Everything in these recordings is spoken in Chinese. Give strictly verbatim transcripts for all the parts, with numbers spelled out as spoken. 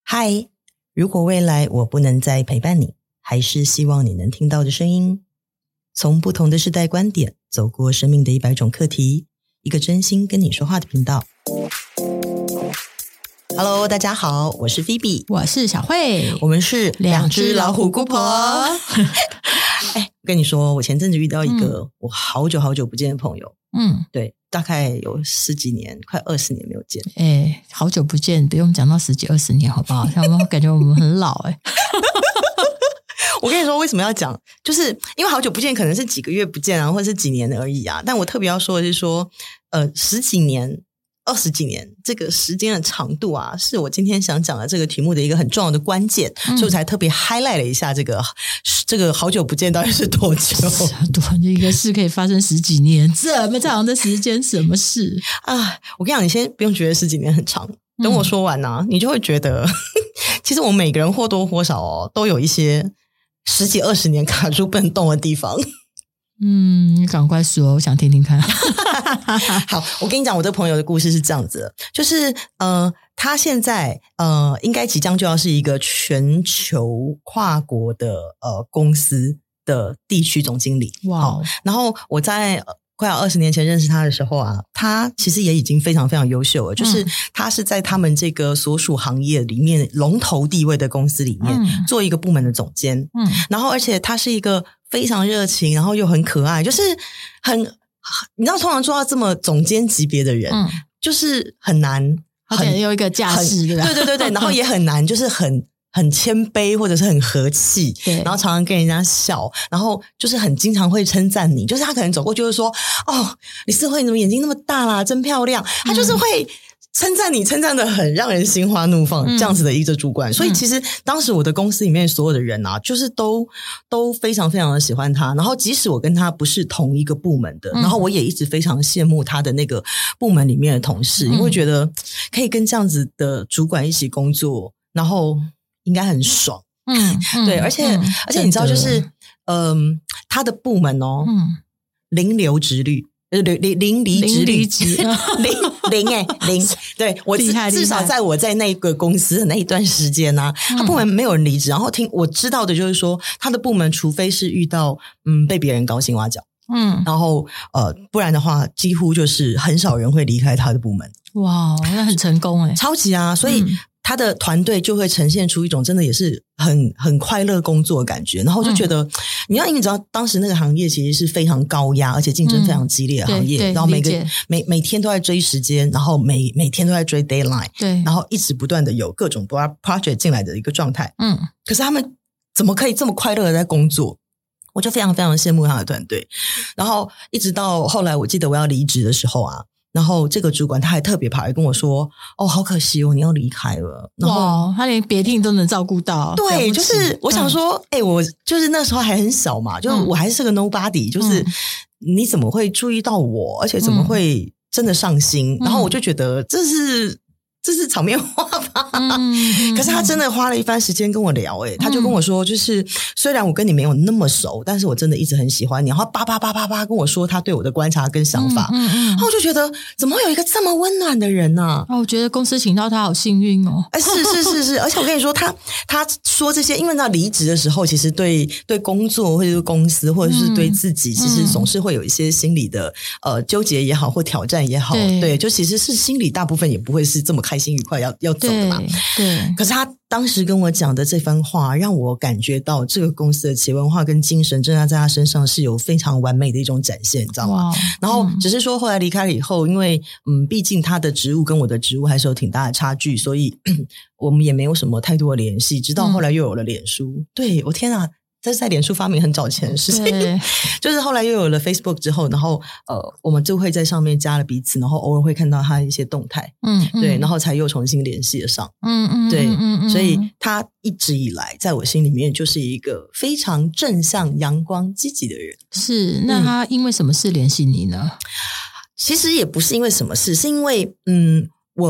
嗨，如果未来我不能再陪伴你，还是希望你能听到的声音。从不同的世代观点，走过生命的一百种课题，一个真心跟你说话的频道。Hello， 大家好，我是 Phoebe， 我是小慧， 我们是两只老虎姑婆。 哎，我跟你说，我前阵子遇到一个、嗯、我好久好久不见的朋友，嗯，对，大概有十几年，快二十年没有见。 哎，好久不见，不用讲到十几二十年，好不好？像我感觉我们很老哎、欸。 我跟你说为什么要讲，就是因为好久不见可能是几个月不见啊，或者是几年而已啊，但我特别要说的是说呃，十几年二十几年这个时间的长度啊，是我今天想讲的这个题目的一个很重要的关键、嗯、所以我才特别 highlight 了一下这个这个好久不见到底是多久， 多一个事可以发生十几年，这么长的时间，什么事啊？我跟你讲，你先不用觉得十几年很长，等我说完啊、嗯、你就会觉得其实我们每个人或多或少哦都有一些十几二十年卡住不能动的地方。 嗯，你赶快说，我想听听看。 好，我跟你讲，我这个朋友的故事是这样子的，就是呃，他现在呃，应该即将就要是一个全球跨国的呃公司的地区总经理。哇！然后我在快要二十年前认识他的时候啊，他其实也已经非常非常优秀了，就是他是在他们这个所属行业里面龙头地位的公司里面、嗯、做一个部门的总监，嗯，然后而且他是一个非常热情，然后又很可爱，就是很你知道通常做到这么总监级别的人、嗯、就是很难， 而且有一个架势，对吧？ 对对对对，然后也很难，就是很很谦卑或者是很和气，然后常常跟人家笑，然后就是很经常会称赞你，就是他可能走过去就是说哦，李思慧你怎么眼睛那么大啦，真漂亮，他就是会称赞你，称赞的很让人心花怒放、嗯、这样子的一个主管、嗯、所以其实当时我的公司里面所有的人啊，就是都都非常非常的喜欢他，然后即使我跟他不是同一个部门的、嗯、然后我也一直非常羡慕他的那个部门里面的同事、嗯、因为觉得可以跟这样子的主管一起工作，然后应该很爽。嗯，对，而且、嗯、而且你知道就是嗯、呃，他的部门哦，嗯，零留职率，零零零离职率，零零哎零，对我至至少在我在那个公司的那一段时间啊，他部门没有人离职，然后听我知道的就是说，他的部门除非是遇到嗯被别人高薪挖角，嗯，然后呃不然的话，几乎就是很少人会离开他的部门。 哇，那很成功哎， 超级啊！所以。嗯他的团队就会呈现出一种真的也是很很快乐工作的感觉，然后我就觉得、嗯、你要因为你知道当时那个行业其实是非常高压而且竞争非常激烈的行业、嗯、然后每个每每天都在追时间，然后每每天都在追 deadline， 对，然后一直不断的有各种 project 进来的一个状态，嗯，可是他们怎么可以这么快乐的在工作？我就非常非常羡慕他的团队，然后一直到后来我记得我要离职的时候啊，然后这个主管他还特别跑来跟我说，哦好可惜哦你要离开了，然后哇他连别厅都能照顾到， 对，就是我想说哎、嗯欸，我就是那时候还很小嘛，就我还是个 nobody、嗯、就是你怎么会注意到我，而且怎么会真的上心、嗯、然后我就觉得这是这是场面话吧、嗯、可是他真的花了一番时间跟我聊，诶、欸、他就跟我说就是虽然我跟你没有那么熟，但是我真的一直很喜欢你，然后叭叭叭叭叭跟我说他对我的观察跟想法，嗯嗯嗯，然后我就觉得怎么会有一个这么温暖的人呢、啊哦、我觉得公司请到他好幸运哦。 哎，是是是是，而且我跟你说他他说这些，因为他离职的时候其实对对工作或者是公司或者是对自己、嗯、其实总是会有一些心理的呃纠结也好或挑战也好， 对, 对就其实是心里大部分也不会是这么开心愉快要要走的嘛， 对, 对可是他当时跟我讲的这番话让我感觉到这个公司的企业文化跟精神真的在他身上是有非常完美的一种展现，你知道吗？然后只是说后来离开了以后，因为嗯，毕竟他的职务跟我的职务还是有挺大的差距，所以我们也没有什么太多的联系，直到后来又有了脸书、嗯、对我天啊这是在脸书发明很早前的事情，就是后来又有了 Facebook 之后，然后呃，我们就会在上面加了彼此，然后偶尔会看到他一些动态，嗯，对，然后才又重新联系得上，嗯嗯，对，嗯嗯，所以他一直以来在我心里面就是一个非常正向、阳光、积极的人。 是，那他因为什么事联系你呢？ 其实也不是因为什么事，是因为嗯，我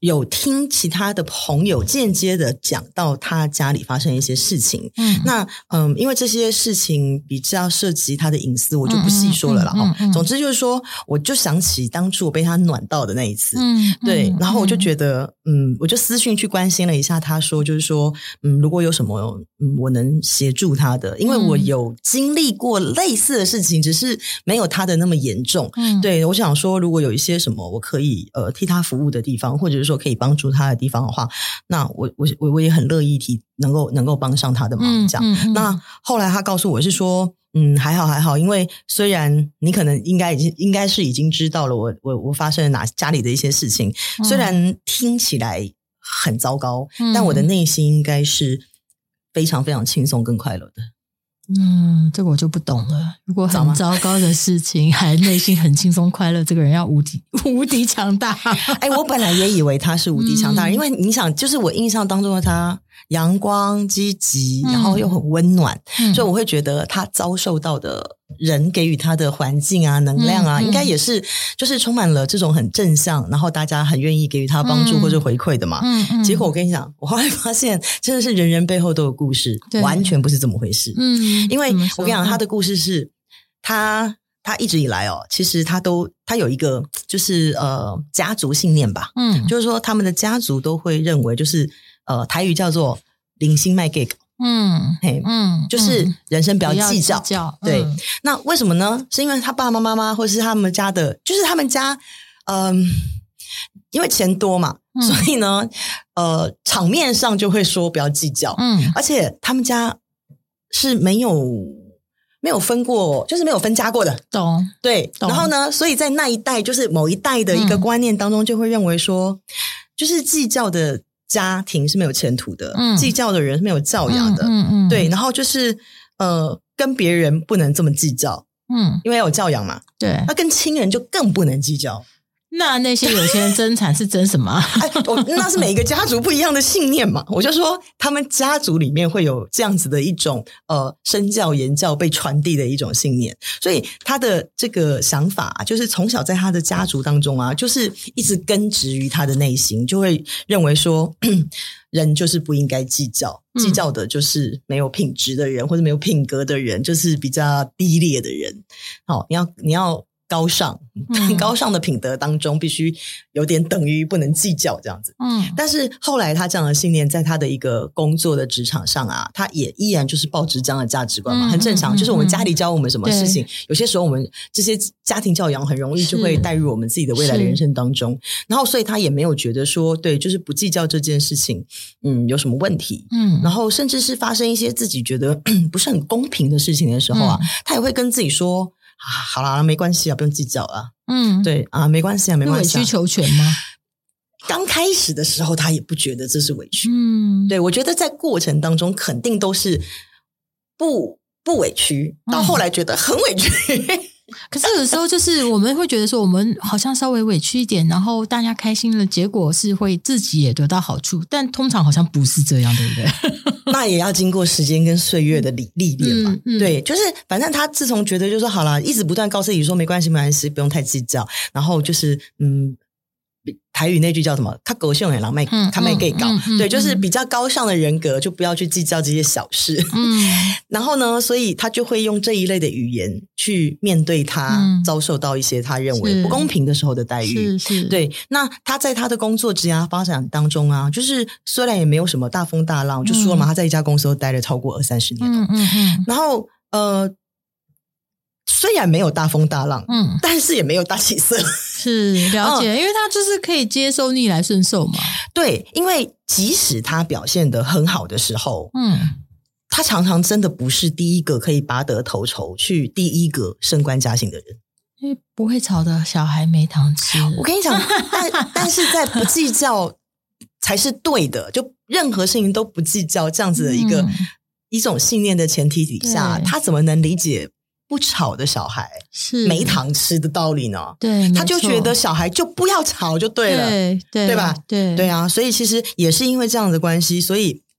有听其他的朋友间接的讲到他家里发生一些事情， 嗯， 那嗯，因为这些事情比较涉及他的隐私，我就不细说了啦。 嗯嗯嗯嗯、 总之就是说，我就想起当初我被他暖到的那一次， 嗯， 对， 嗯、 然后我就觉得，嗯，我就私讯去关心了一下，他说就是说，嗯，如果有什么，嗯，我能协助他的，因为我有经历过类似的事情，只是没有他的那么严重。嗯，对，我想说，如果有一些什么我可以呃替他服务的地方，或者是说可以帮助他的地方的话，那我我我我也很乐意替能够能够帮上他的忙这样。嗯嗯嗯、那后来他告诉我是说，嗯，还好还好，因为虽然你可能应该已经应该是已经知道了我我我发生了哪家里的一些事情， 嗯、 虽然听起来很糟糕，嗯、但我的内心应该是非常非常轻松跟快乐的。 嗯，这个我就不懂了。如果很糟糕的事情还内心很轻松快乐，这个人要无敌无敌强大。 哎，我本来也以为他是无敌强大，嗯、因为你想，就是我印象当中的他阳光积极，然后又很温暖，嗯、所以我会觉得他遭受到的人给予他的环境啊、能量啊，嗯、应该也是就是充满了这种很正向，然后大家很愿意给予他帮助或者回馈的嘛。嗯嗯、结果我跟你讲，我后来发现真的是人人背后都有故事，完全不是这么回事。嗯。因为我跟你讲，他的故事是他他一直以来哦，其实他都他有一个就是呃家族信念吧，嗯，就是说他们的家族都会认为就是呃台语叫做零星卖 gay， 嗯嘿嗯，就是人生不要计较， 计较对。嗯、那为什么呢？是因为他爸爸妈妈或是他们家的，就是他们家嗯、呃，因为钱多嘛，嗯、所以呢呃场面上就会说不要计较，嗯，而且他们家。是没有没有分过，就是没有分家过的， 懂？ 对，懂。然后呢，所以在那一代，就是某一代的一个观念当中，就会认为说，嗯、就是计较的家庭是没有前途的，嗯、计较的人是没有教养的，嗯 嗯, 嗯，对。然后就是呃，跟别人不能这么计较，嗯，因为要有教养嘛， 对。 那跟亲人就更不能计较。 那那些有钱人争产是争什么？ 哎，我那是每一个家族不一样的信念嘛。我就说，他们家族里面会有这样子的一种呃身教言教被传递的一种信念，所以他的这个想法、啊、就是从小在他的家族当中啊，就是一直根植于他的内心，就会认为说人就是不应该计较，计较的就是没有品质的人，或者没有品格的人，就是比较低劣的人。好，你要你要。高尚、嗯、高尚的品德当中必须有点等于不能计较这样子。嗯，但是后来他这样的信念在他的一个工作的职场上啊，他也依然就是抱持这样的价值观嘛，嗯、很正常、嗯、就是我们家里教我们什么事情、嗯、有些时候我们这些家庭教养很容易就会带入我们自己的未来的人生当中，然后所以他也没有觉得说对就是不计较这件事情嗯有什么问题。嗯，然后甚至是发生一些自己觉得不是很公平的事情的时候啊、嗯、他也会跟自己说啊，好啦，没关系啊，不用计较啊。嗯，对啊，没关系啊，没关系、啊。 委曲求全吗？ 刚开始的时候，他也不觉得这是委屈。嗯，对，我觉得在过程当中肯定都是不不委屈，到后来觉得很委屈。嗯可是有时候就是我们会觉得说我们好像稍微委屈一点，然后大家开心了，结果是会自己也得到好处，但通常好像不是这样，对不对？ 那也要经过时间跟岁月的历历练嘛、嗯嗯、对，就是反正他自从觉得就说好啦，一直不断告诉自己说没关系没关系，不用太计较，然后就是嗯台语那句叫什么？他狗性很狼狈，他没给搞，对，就是比较高尚的人格，就不要去计较这些小事。嗯，然后呢，所以他就会用这一类的语言去面对他遭受到一些他认为不公平的时候的待遇。是是，对。那他在他的工作职涯发展当中啊，就是虽然也没有什么大风大浪，就说了嘛，他在一家公司都待了超过二三十年了。嗯嗯嗯。然后呃。虽然没有大风大浪，嗯，但是也没有大起色， 是了解、嗯，因为他就是可以接受逆来顺受嘛。 对，因为即使他表现得很好的时候，嗯，他常常真的不是第一个可以拔得头筹去第一个升官加薪的人， 因为不会吵的小孩没糖吃。 我跟你讲，但但是在不计较才是对的，就任何事情都不计较这样子的一个、嗯、一种信念的前提底下，他怎么能理解？不吵的小孩是没糖吃的道理呢？ 对， 他就觉得小孩就不要吵就对了， 对对对吧？ 对对啊，所以其实也是因为这样的关系，所以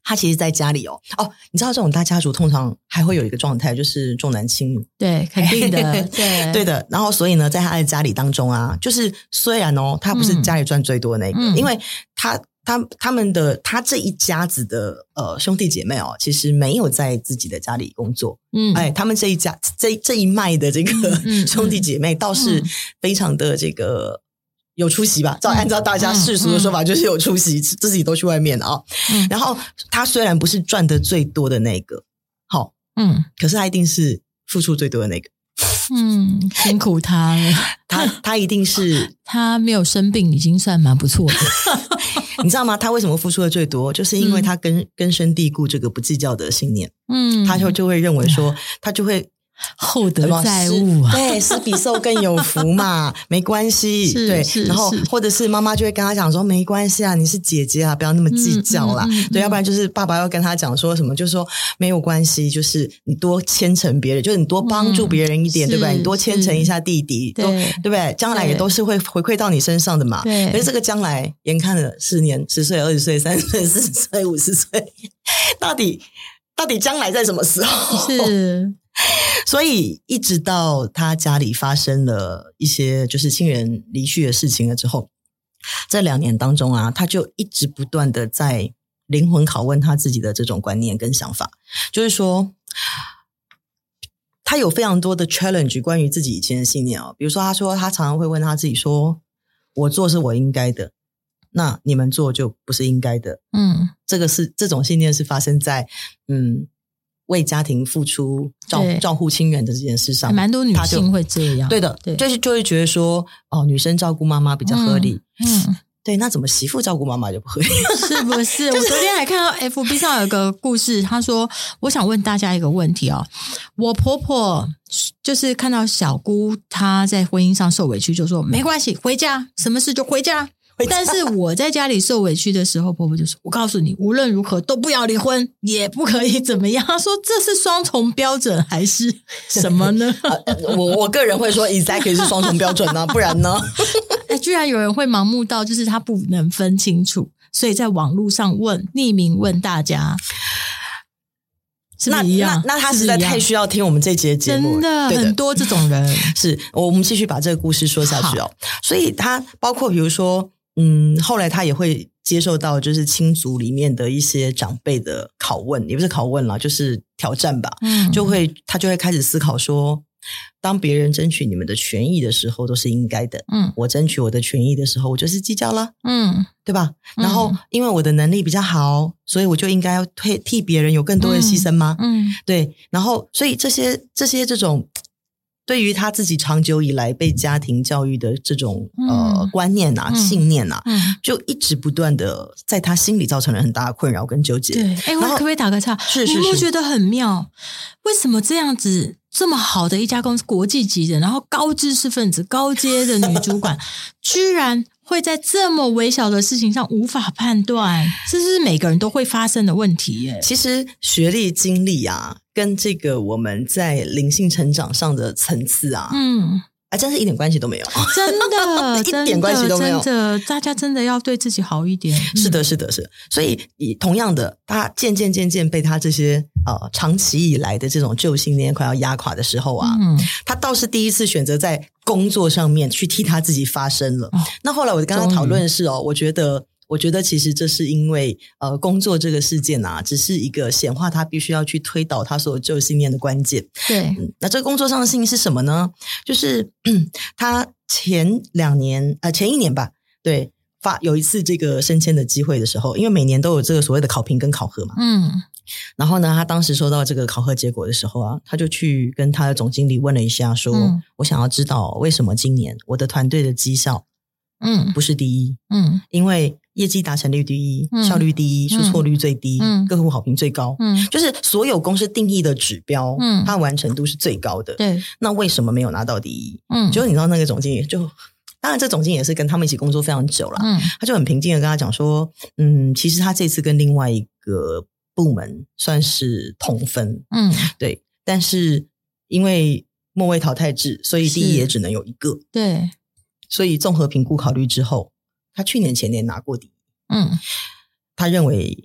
他其实在家里哦哦，你知道这种大家族通常还会有一个状态，就是重男轻女， 对，肯定的，对对的。然后所以呢，在他的家里当中啊，就是虽然哦，他不是家里赚最多的那个，嗯、因为他他他们的他这一家子的呃兄弟姐妹哦，其实没有在自己的家里工作，嗯，哎，他们这一家这这一脉的这个、嗯、兄弟姐妹倒是非常的这个。有出息吧，照按照大家世俗的说法、嗯、就是有出息、嗯、自己都去外面了啊、嗯。然后他虽然不是赚的最多的那个，好，嗯，可是他一定是付出最多的那个。 嗯，辛苦他了。 他他一定是他没有生病，已经算蛮不错的。 你知道吗？他为什么付出的最多？就是因为他根、嗯、根深蒂固这个不计较的信念。嗯，他就就会认为说，他就会。 厚德载物啊， 对，施比受更有福嘛，没关系，对，然后或者是妈妈就会跟他讲说，没关系啊，你是姐姐啊，不要那么计较啦，嗯嗯嗯、对，要不然就是爸爸要跟他讲说什么，就是说没有关系，就是你多牵成别人，就是你多帮助别人一点，嗯、对不对？你多牵成一下弟弟，对，对不对？将来也都是会回馈到你身上的嘛。对，可是这个将来眼看了十年、十岁、二十岁、三十岁、四十岁、五十岁，到底到底将来在什么时候？ 是。 所以一直到他家里发生了一些就是亲人离去的事情了之后，这两年当中啊，他就一直不断的在灵魂拷问他自己的这种观念跟想法，就是说他有非常多的 challenge 关于自己以前的信念哦，比如说他说他常常会问他自己说，我做是我应该的，那你们做就不是应该的。嗯，这个是这种信念是发生在嗯为家庭付出照照顾亲人的这件事上， 蛮多女性会这样。 对的，对，就是就会觉得说，哦，女生照顾妈妈比较合理。嗯，嗯对，那怎么媳妇照顾妈妈就不合理？ 是不是？就是、我昨天还看到 F B 上有个故事，他说，我想问大家一个问题哦，我婆婆就是看到小姑她在婚姻上受委屈，就说没关系，回家，什么事就回家。但是我在家里受委屈的时候，婆婆就说，我告诉你，无论如何都不要离婚，也不可以怎么样。她说这是双重标准还是什么呢？ 我我个人会说 exactly 是双重标准啊，不然呢哎，居然有人会盲目到就是他不能分清楚，所以在网络上问，匿名问大家。是不是一样？ 那那那他实在太需要听我们这节节目， 真的很多这种人。 是，我们继续把这个故事说下去哦。所以他包括比如说，嗯，后来他也会接受到就是亲族里面的一些长辈的拷问，也不是拷问啦，就是挑战吧。嗯，就会他就会开始思考说，当别人争取你们的权益的时候都是应该的，嗯，我争取我的权益的时候我就是计较了，嗯，对吧？然后因为我的能力比较好，所以我就应该要替替别人有更多的牺牲吗？嗯，嗯对，然后所以这些这些这种对于他自己长久以来被家庭教育的这种、嗯、呃观念啊、嗯、信念啊、嗯，就一直不断的在他心里造成了很大的困扰跟纠结。 对，哎，我可不可以打个岔？ 是是是， 你有没有觉得很妙？为什么这样子？这么好的一家公司，国际级的，然后高知识分子、高阶的女主管，居然会在这么微小的事情上无法判断，这是每个人都会发生的问题耶。 其实学历、经历啊，跟这个我们在灵性成长上的层次啊，嗯。啊，真是一点关系都没有， 真的一点关系都没有。 真的，大家真的要对自己好一点。 是的，是的，是的。所以，以同样的，他渐渐渐渐被他这些呃长期以来的这种旧信念快要压垮的时候啊，嗯，他倒是第一次选择在工作上面去替他自己发声了。哦、那后来我跟他讨论的是哦，我觉得。我觉得其实这是因为呃工作这个事件啊，只是一个显化他必须要去推倒他所有旧信念的关键。 对、 嗯，那这个工作上的事情是什么呢？就是他前两年呃前一年吧，对，发有一次这个升迁的机会的时候，因为每年都有这个所谓的考评跟考核嘛，嗯，然后呢，他当时收到这个考核结果的时候啊，他就去跟他的总经理问了一下说，嗯、我想要知道为什么今年我的团队的绩效嗯不是第一，嗯，因为业绩达成率第一，嗯、效率第一，出错率最低，嗯、客户好评最高，嗯，就是所有公司定义的指标，嗯，它完成度是最高的， 对， 那为什么没有拿到第一？嗯，结果你知道那个总经理就，当然这总经理也是跟他们一起工作非常久了，嗯，他就很平静的跟他讲说，嗯，其实他这次跟另外一个部门算是同分，嗯，对，但是因为末位淘汰制，所以第一也只能有一个， 对。 所以综合评估考虑之后，他去年前年拿过第一。嗯，他认为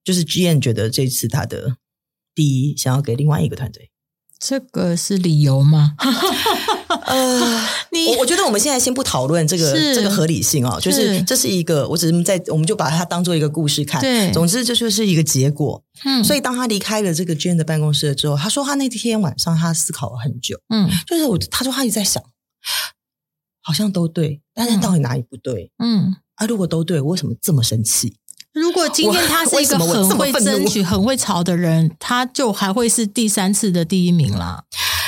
就是 G M 觉得这次他的第一想要给另外一个团队？ 这个是理由吗？ 呃，你我我觉得我们现在先不讨论这个这个合理性哦，就是这是一个，我只是在我们就把它当做一个故事看。 对， 总之这就是一个结果。 嗯， 所以当他离开了这个 Jane 的办公室了之后，他说他那天晚上他思考了很久。嗯，就是我他说他一直在想，好像都对，但是到底哪里不对？嗯，啊，如果都对，我为什么这么生气？ 如果今天他是一个很会争取、很会吵的人，他就还会是第三次的第一名啦。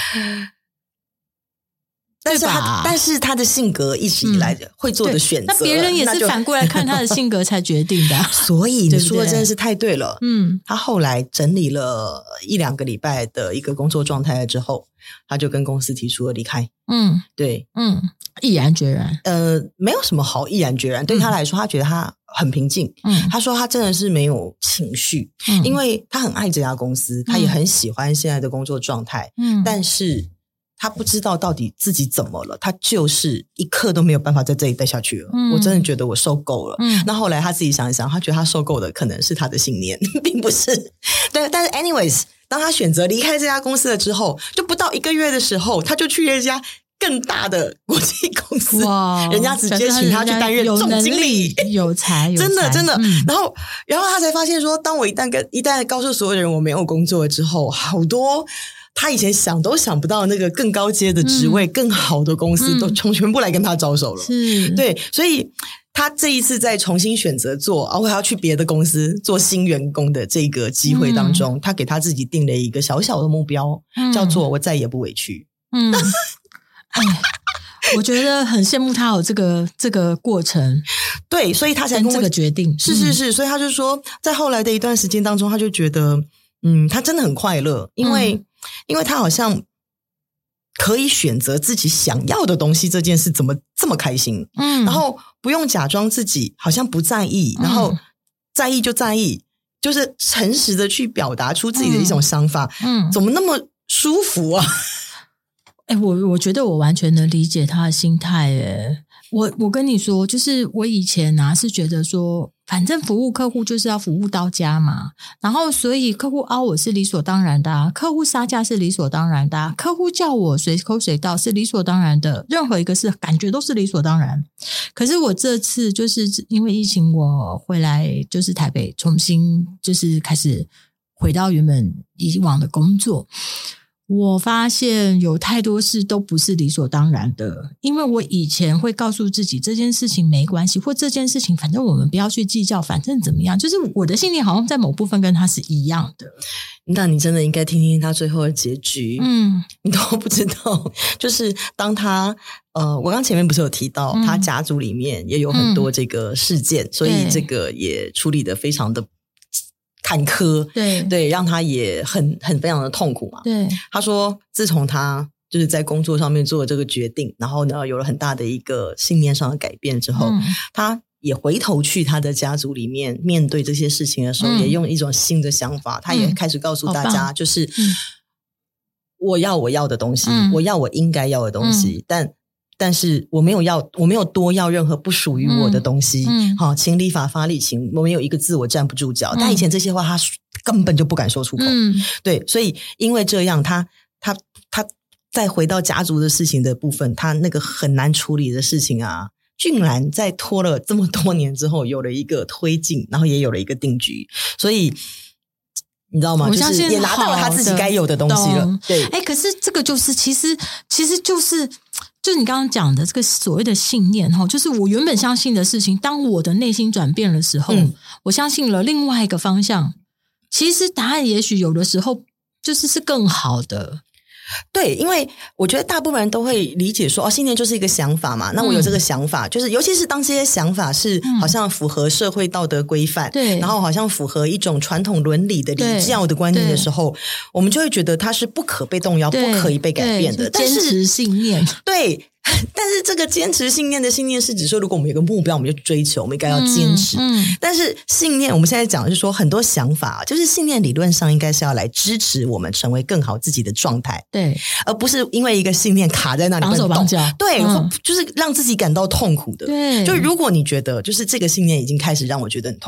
但是他，但是他的性格一直以来的会做的选择， 那别人也是反过来看他的性格才决定的、啊。 所以你说的真的是太对了。嗯，他后来整理了一两个礼拜的一个工作状态之后，他就跟公司提出了离开。嗯，对， 嗯，毅然决然。 呃，没有什么好毅然决然。对他来说，他觉得他很平静。嗯，他说他真的是没有情绪，嗯、因为他很爱这家公司，他也很喜欢现在的工作状态。嗯，但是他不知道到底自己怎么了，他就是一刻都没有办法在这里待下去了。嗯、我真的觉得我受够了。嗯，那后来他自己想一想，他觉得他受够的可能是他的信念，并不是。对，但是 anyways， 当他选择离开这家公司了之后，就不到一个月的时候，他就去了一家更大的国际公司，哇！人家直接请他去担任总经理， 有才，有才真的真的。嗯、然后，然后他才发现说，当我一旦跟一旦告诉所有人我没有工作了之后，好多他以前想都想不到那个更高阶的职位、嗯、更好的公司、嗯、都从全部来跟他招手了。是，对，所以他这一次在重新选择做啊，我还要去别的公司做新员工的这个机会当中，嗯、他给他自己定了一个小小的目标，嗯、叫做我再也不委屈。嗯。 哎，我觉得很羡慕他有这个这个过程， 对，所以他才跟这个决定， 是是是，嗯、所以他就说，在后来的一段时间当中，他就觉得，嗯，他真的很快乐，因为、嗯、因为他好像可以选择自己想要的东西，这件事怎么这么开心？嗯，然后不用假装自己好像不在意，然后在意就在意，就是诚实的去表达出自己的一种想法，嗯，怎么那么舒服啊？ 哎、欸，我我觉得我完全能理解他的心态。哎，我我跟你说，就是我以前啊是觉得说，反正服务客户就是要服务到家嘛，然后所以客户凹我是理所当然的、啊，客户杀价是理所当然的、啊，客户叫我随口随到是理所当然的，任何一个事感觉都是理所当然。可是我这次就是因为疫情，我回来就是台北，重新就是开始回到原本以往的工作。我发现有太多事都不是理所当然的，因为我以前会告诉自己这件事情没关系，或这件事情反正我们不要去计较，反正怎么样，就是我的信念好像在某部分跟他是一样的。 那你真的应该听听他最后的结局。嗯，你都不知道，就是当他呃，我刚前面不是有提到、嗯、他家族里面也有很多这个事件、嗯、所以这个也处理得非常的坎坷，对对，让他也很很非常的痛苦嘛。对，他说，自从他就是在工作上面做了这个决定，然后呢，有了很大的一个信念上的改变之后，嗯、他也回头去他的家族里面面对这些事情的时候，嗯、也用一种新的想法，他也开始告诉大家，就是、嗯、我要我要的东西，嗯、我要我应该要的东西，嗯、但。但是我没有要，我没有多要任何不属于我的东西。嗯，好、嗯，情理法发力情，我没有一个字我站不住脚。嗯、但以前这些话他根本就不敢说出口。嗯，对，所以因为这样，他他他再回到家族的事情的部分，他那个很难处理的事情啊，竟然在拖了这么多年之后有了一个推进，然后也有了一个定局，所所以。你知道吗？就是也拿到了他自己该有的东西了。对， 哎，可是这个就是其实其实就是就是你刚刚讲的这个所谓的信念哈，就是我原本相信的事情，当我的内心转变的时候，嗯、我相信了另外一个方向。其实答案也许有的时候就是是更好的。 对，因为我觉得大部分人都会理解说，哦，信念就是一个想法嘛。那我有这个想法，嗯、就是尤其是当这些想法是好像符合社会道德规范，对、嗯，然后好像符合一种传统伦理的礼教的观念的时候，我们就会觉得它是不可被动摇、不可以被改变的。 坚持信念， 对。但是这个坚持信念的信念是指说，如果我们有个目标，我们就追求，我们应该要坚持。嗯嗯、但是信念，我们现在讲的是说，很多想法就是信念理论上应该是要来支持我们成为更好自己的状态， 对， 而不是因为一个信念卡在那里绑手绑脚， 对，嗯、就是让自己感到痛苦的。对，就如果你觉得就是这个信念已经开始让我觉得很痛苦，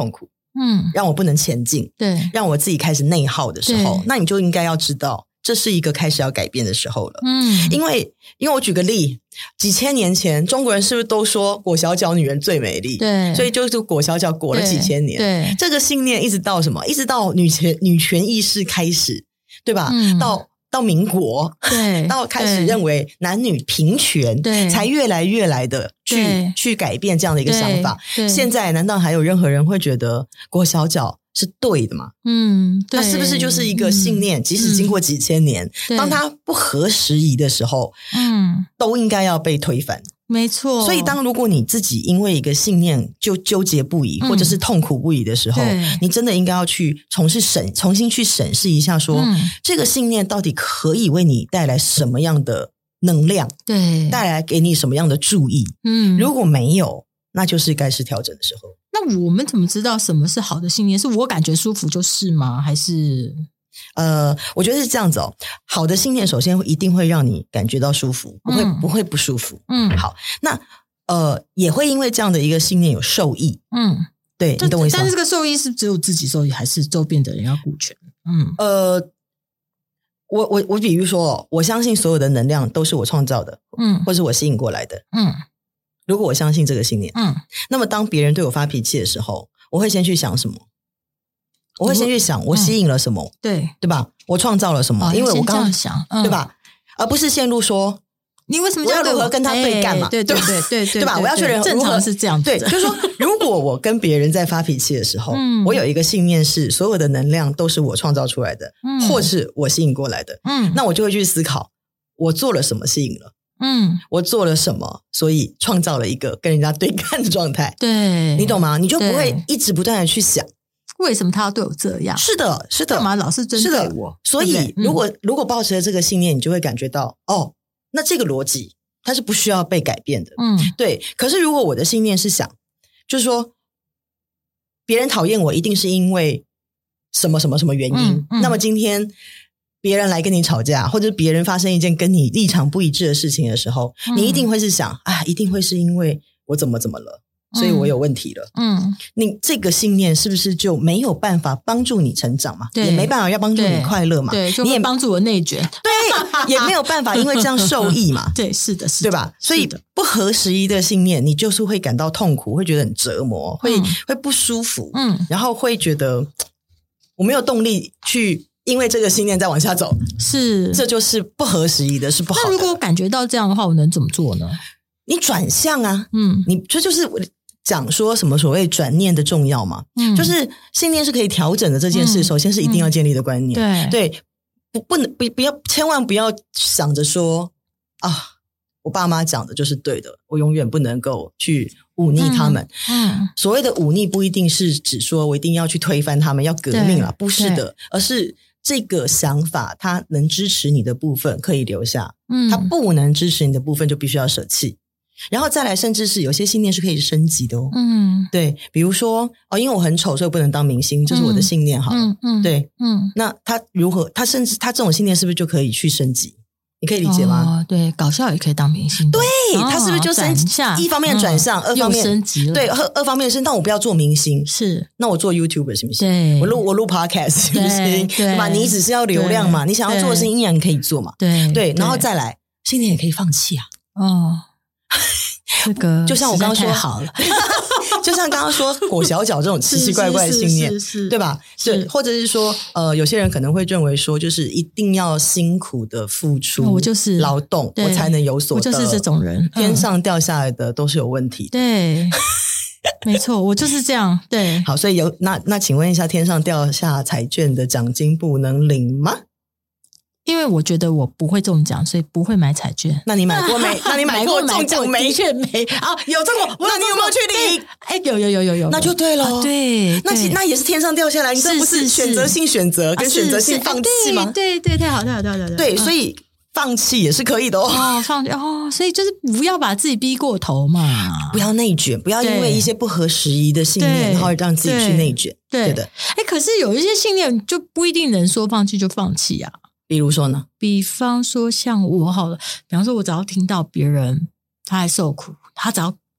嗯，让我不能前进， 对， 让我自己开始内耗的时候，那你就应该要知道这是一个开始要改变的时候了。嗯，因为因为我举个例，几千年前中国人是不是都说裹小脚女人最美丽？ 对， 所以就是裹小脚裹了几千年。 对， 这个信念一直到什么？一直到女权女权意识开始，对吧？嗯，到到民国， 对， 到开始认为男女平权，对，才越来越来的去去改变这样的一个想法。现在难道还有任何人会觉得裹小脚是对的吗？嗯，对，那是不是就是一个信念？嗯、即使经过几千年，嗯、当它不合时宜的时候，嗯，都应该要被推翻。 没错。 所以，当如果你自己因为一个信念就纠结不已，嗯、或者是痛苦不已的时候，你真的应该要去重新审，重新去审视一下说，说、嗯、这个信念到底可以为你带来什么样的能量？对，带来给你什么样的注意？嗯，如果没有，那就是该是调整的时候。 那我们怎么知道什么是好的信念？是我感觉舒服就是吗？还是呃，我觉得是这样子哦。好的信念首先一定会让你感觉到舒服，不会、嗯、不会不舒服。嗯，好，那呃也会因为这样的一个信念有受益。嗯，对，你懂我意思吗？ 但是这个受益是只有自己受益，还是周边的人要顾全？嗯， 呃，我我我比如说，我相信所有的能量都是我创造的，嗯，或是我吸引过来的，嗯。如果我相信这个信念，嗯，那么当别人对我发脾气的时候，我会先去想什么？我会先去想我吸引了什么，嗯、 对对吧？我创造了什么？哦、因为我刚刚想、 嗯，对吧？而不是陷入说你为什么我要如何跟他对干嘛？ 欸、对对对对对， 对吧？我要去人正常是这样子， 对，就是说，如果我跟别人在发脾气的时候，嗯，我有一个信念是所有的能量都是我创造出来的，嗯，或是我吸引过来的，嗯，那我就会去思考我做了什么吸引了。嗯，我做了什么，所以创造了一个跟人家对干的状态。 对， 你懂吗？你就不会一直不断的去想， 为什么他要对我这样？ 是的，是的， 干嘛老是针对我？ 所以，对对如果、嗯、如果抱持了这个信念，你就会感觉到，哦，那这个逻辑它是不需要被改变的。嗯，对。可是，如果我的信念是想，就是说，别人讨厌我，一定是因为什么什么什么原因？嗯嗯、那么今天。别人来跟你吵架，或者别人发生一件跟你立场不一致的事情的时候，嗯、你一定会是想啊，一定会是因为我怎么怎么了，所以我有问题了。嗯，你这个信念是不是就没有办法帮助你成长嘛？也没办法要帮助你快乐嘛？ 对，就会帮助我内卷。 对，也没有办法因为这样受益嘛？ 对，是的，是的， 对吧？所以不合时宜的信念，你就是会感到痛苦，会觉得很折磨，会、嗯、会不舒服，嗯，然后会觉得我没有动力去。因为这个信念再往下走， 是这就是不合时宜的，是不好的。 那如果我感觉到这样的话，我能怎么做呢？ 你转向啊，嗯，你这就是讲说什么所谓转念的重要嘛，嗯，就是信念是可以调整的这件事，嗯、首先是一定要建立的观念， 嗯、 对对，不不能不不要，千万不要想着说啊，我爸妈讲的就是对的，我永远不能够去忤逆他们。嗯，嗯所谓的忤逆不一定是指说我一定要去推翻他们，要革命了，不是的，而是。这个想法它能支持你的部分可以留下，嗯，它不能支持你的部分就必须要舍弃，然后再来甚至是有些信念是可以升级的哦，嗯，对，比如说哦，因为我很丑所以我不能当明星，这是我的信念好了，嗯嗯，对，嗯，那他如何他甚至他这种信念是不是就可以去升级？你可以理解吗？ 哦，对，搞笑也可以当明星。 对，哦、他是不是就升级？一方面转向，嗯、二方面升级了。 对，二二方面是，那我不要做明星， 是， 那我做 YouTuber 行不行？ 对， 我录我录 Podcast 行不行？对吧？你只是要流量嘛，你想要做的事情依然可以做嘛。 对对，然后再来，信念也可以放弃啊。 哦，这个就像我刚刚说好了。 就像刚刚说裹小脚这种奇奇怪怪的信念，是是是是是对吧？对，或者是说，呃，有些人可能会认为说，就是一定要辛苦的付出， 我就是劳动，我才能有所得。 我就是这种人，嗯、 天上掉下来的都是有问题的。 对，没错，我就是这样。对， 好，所以有那那，请问一下，天上掉下彩券的奖金不能领吗？ 因为我觉得我不会中奖，所以不会买彩券。 那你买过没？那你买过中奖没？ 的确没啊， 有中过。那你有没有去领？ 哎，有有有有有， 那就对了。 啊、对， 那那也是天上掉下来，你这不是选择性选择跟选择性放弃吗？ 对对对，太好太好太好太好。 对，所以放弃也是可以的哦。 哦，放弃哦，所以就是不要把自己逼过头嘛， 不要内卷，不要因为一些不合时宜的信念，然后让自己去内卷。对的。 哎，可是有一些信念就不一定能说放弃就放弃啊。 比如说呢？ 比方说像我好了，比方说我只要听到别人他在受苦，他只要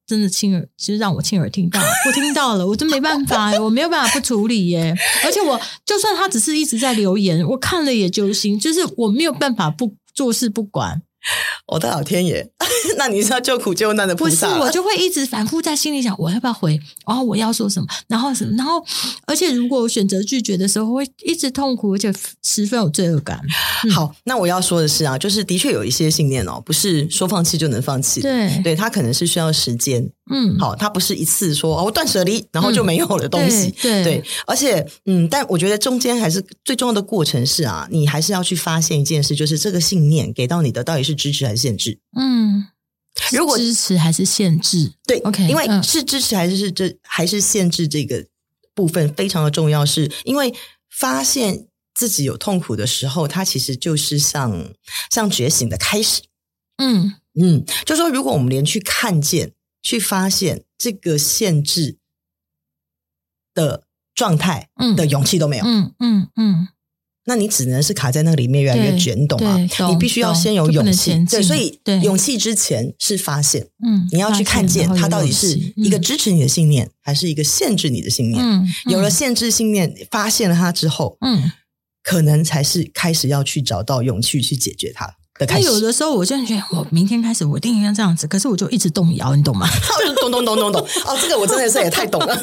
真的亲耳，其实让我亲耳听到，我听到了，我真没办法，我没有办法不处理耶。而且我就算他只是一直在留言，我看了也揪心，就是我没有办法不做事不管。 我的老天爷，那你是要救苦救难的菩萨了。 不是，我就会一直反复在心里想，我要不要回，然后我要说什么，然后什么，然后而且如果我选择拒绝的时候，会一直痛苦，而且十分有罪恶感。嗯、 好，那我要说的是啊，就是的确有一些信念哦，不是说放弃就能放弃的， 对， 对，它可能是需要时间。嗯，好，它不是一次说、哦、我断舍离，然后就没有了东西。 嗯、对, 对， 对，而且嗯，但我觉得中间还是最重要的过程是啊，你还是要去发现一件事，就是这个信念给到你的到底是支持还是限制。嗯，如果支持还是限制， 对 ，OK， 因为是支持还是是这还是限制这个部分非常的重要，是因为发现自己有痛苦的时候，它其实就是像像觉醒的开始。嗯嗯，就说如果我们连去看见、去发现这个限制的状态的勇气都没有，嗯嗯嗯。那你只能是卡在那个里面越来越卷，你懂吗？你必须要先有勇气，对，所以勇气之前是发现，嗯，你要去看见它到底是一个支持你的信念，嗯、还是一个限制你的信念。嗯，有了限制信念，发现了它之后，嗯，可能才是开始要去找到勇气去解决它的开始。 有的时候我就觉得，我明天开始我一定要这样子，可是我就一直动摇，你懂吗？ 懂懂懂懂懂。哦，这个我真的是也太懂了。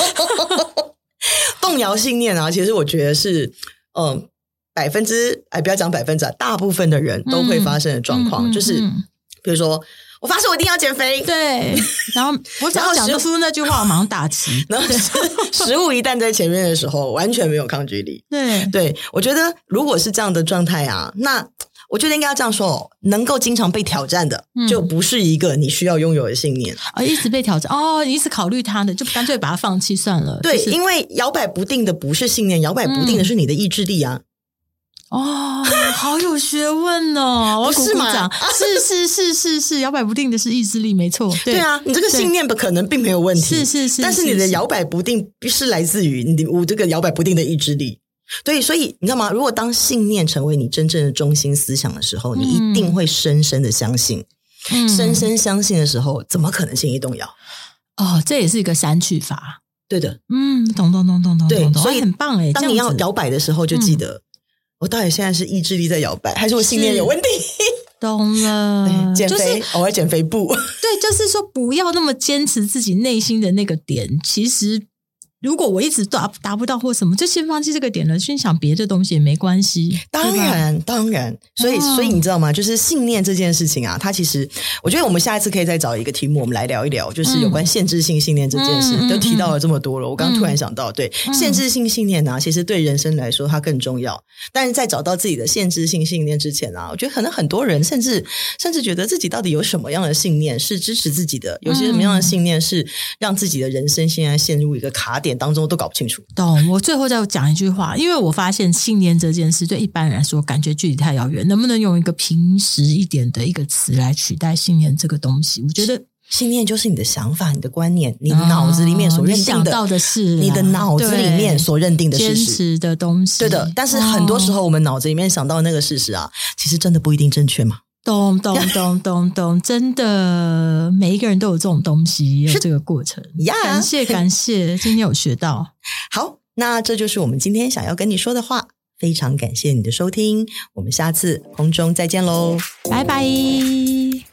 动摇信念啊，其实我觉得是，嗯。百分之哎，不要讲百分之啊，大部分的人都会发生的状况，嗯、就是、嗯、比如说，我发誓我一定要减肥， 对，然后我只要讲出那句话，我马上打齐。 然后食物一旦在前面的时候，完全没有抗拒力。对，对我觉得如果是这样的状态啊，那我觉得应该要这样说，能够经常被挑战的，嗯、就不是一个你需要拥有的信念。 哦，一直被挑战哦，你一直考虑它的，就干脆把它放弃算了。 对， 就是、 因为摇摆不定的不是信念，摇摆不定的是你的意志力啊。嗯哦，好有学问哦！我鼓鼓掌，是是是是是，摇摆不定的是意志力，没错。 对, 对啊，你这个信念不可能并没有问题， 是是是， 但是你的摇摆不定是来自于你我这个摇摆不定的意志力。对，所以你知道吗？如果当信念成为你真正的中心思想的时候，你一定会深深的相信。嗯、深深相信的时候，怎么可能轻易动摇？ 哦，这也是一个删去法。 对的， 嗯，懂懂懂懂懂， 对， 懂所以很棒哎。 当你要摇摆的时候，就记得。嗯我到底现在是意志力在摇摆，还是我信念有问题？ 懂了， 减肥、 就是、 偶尔减肥步。 对，就是说不要那么坚持自己内心的那个点。其实如果我一直达达不到或什么，就先放弃这个点了，先想别的东西也没关系。 当然，当然，所以，哦、所以你知道吗？就是信念这件事情啊，它其实，我觉得我们下一次可以再找一个题目，我们来聊一聊，就是有关限制性信念这件事。嗯、都提到了这么多了，我刚刚突然想到，对，嗯、限制性信念啊，其实对人生来说它更重要。但是在找到自己的限制性信念之前啊，我觉得可能很多人甚至甚至觉得自己到底有什么样的信念是支持自己的，有些什么样的信念是让自己的人生现在陷入一个卡点当中都搞不清楚。 懂，我最后再讲一句话，因为我发现信念这件事对一般人来说感觉距离太遥远，能不能用一个平实一点的一个词来取代信念这个东西？我觉得信念就是你的想法、你的观念、你脑子里面所认定的、 哦、你想到的事， 你的脑子里面所认定的事实、 坚持的东西。 对的，但是很多时候我们脑子里面想到的那个事实啊，哦、其实真的不一定正确嘛。 懂懂懂懂懂，真的每一个人都有这种东西，有这个过程。感谢感谢，今天有学到。 好，那这就是我们今天想要跟你说的话。非常感谢你的收听，我们下次空中再见喽， 拜拜。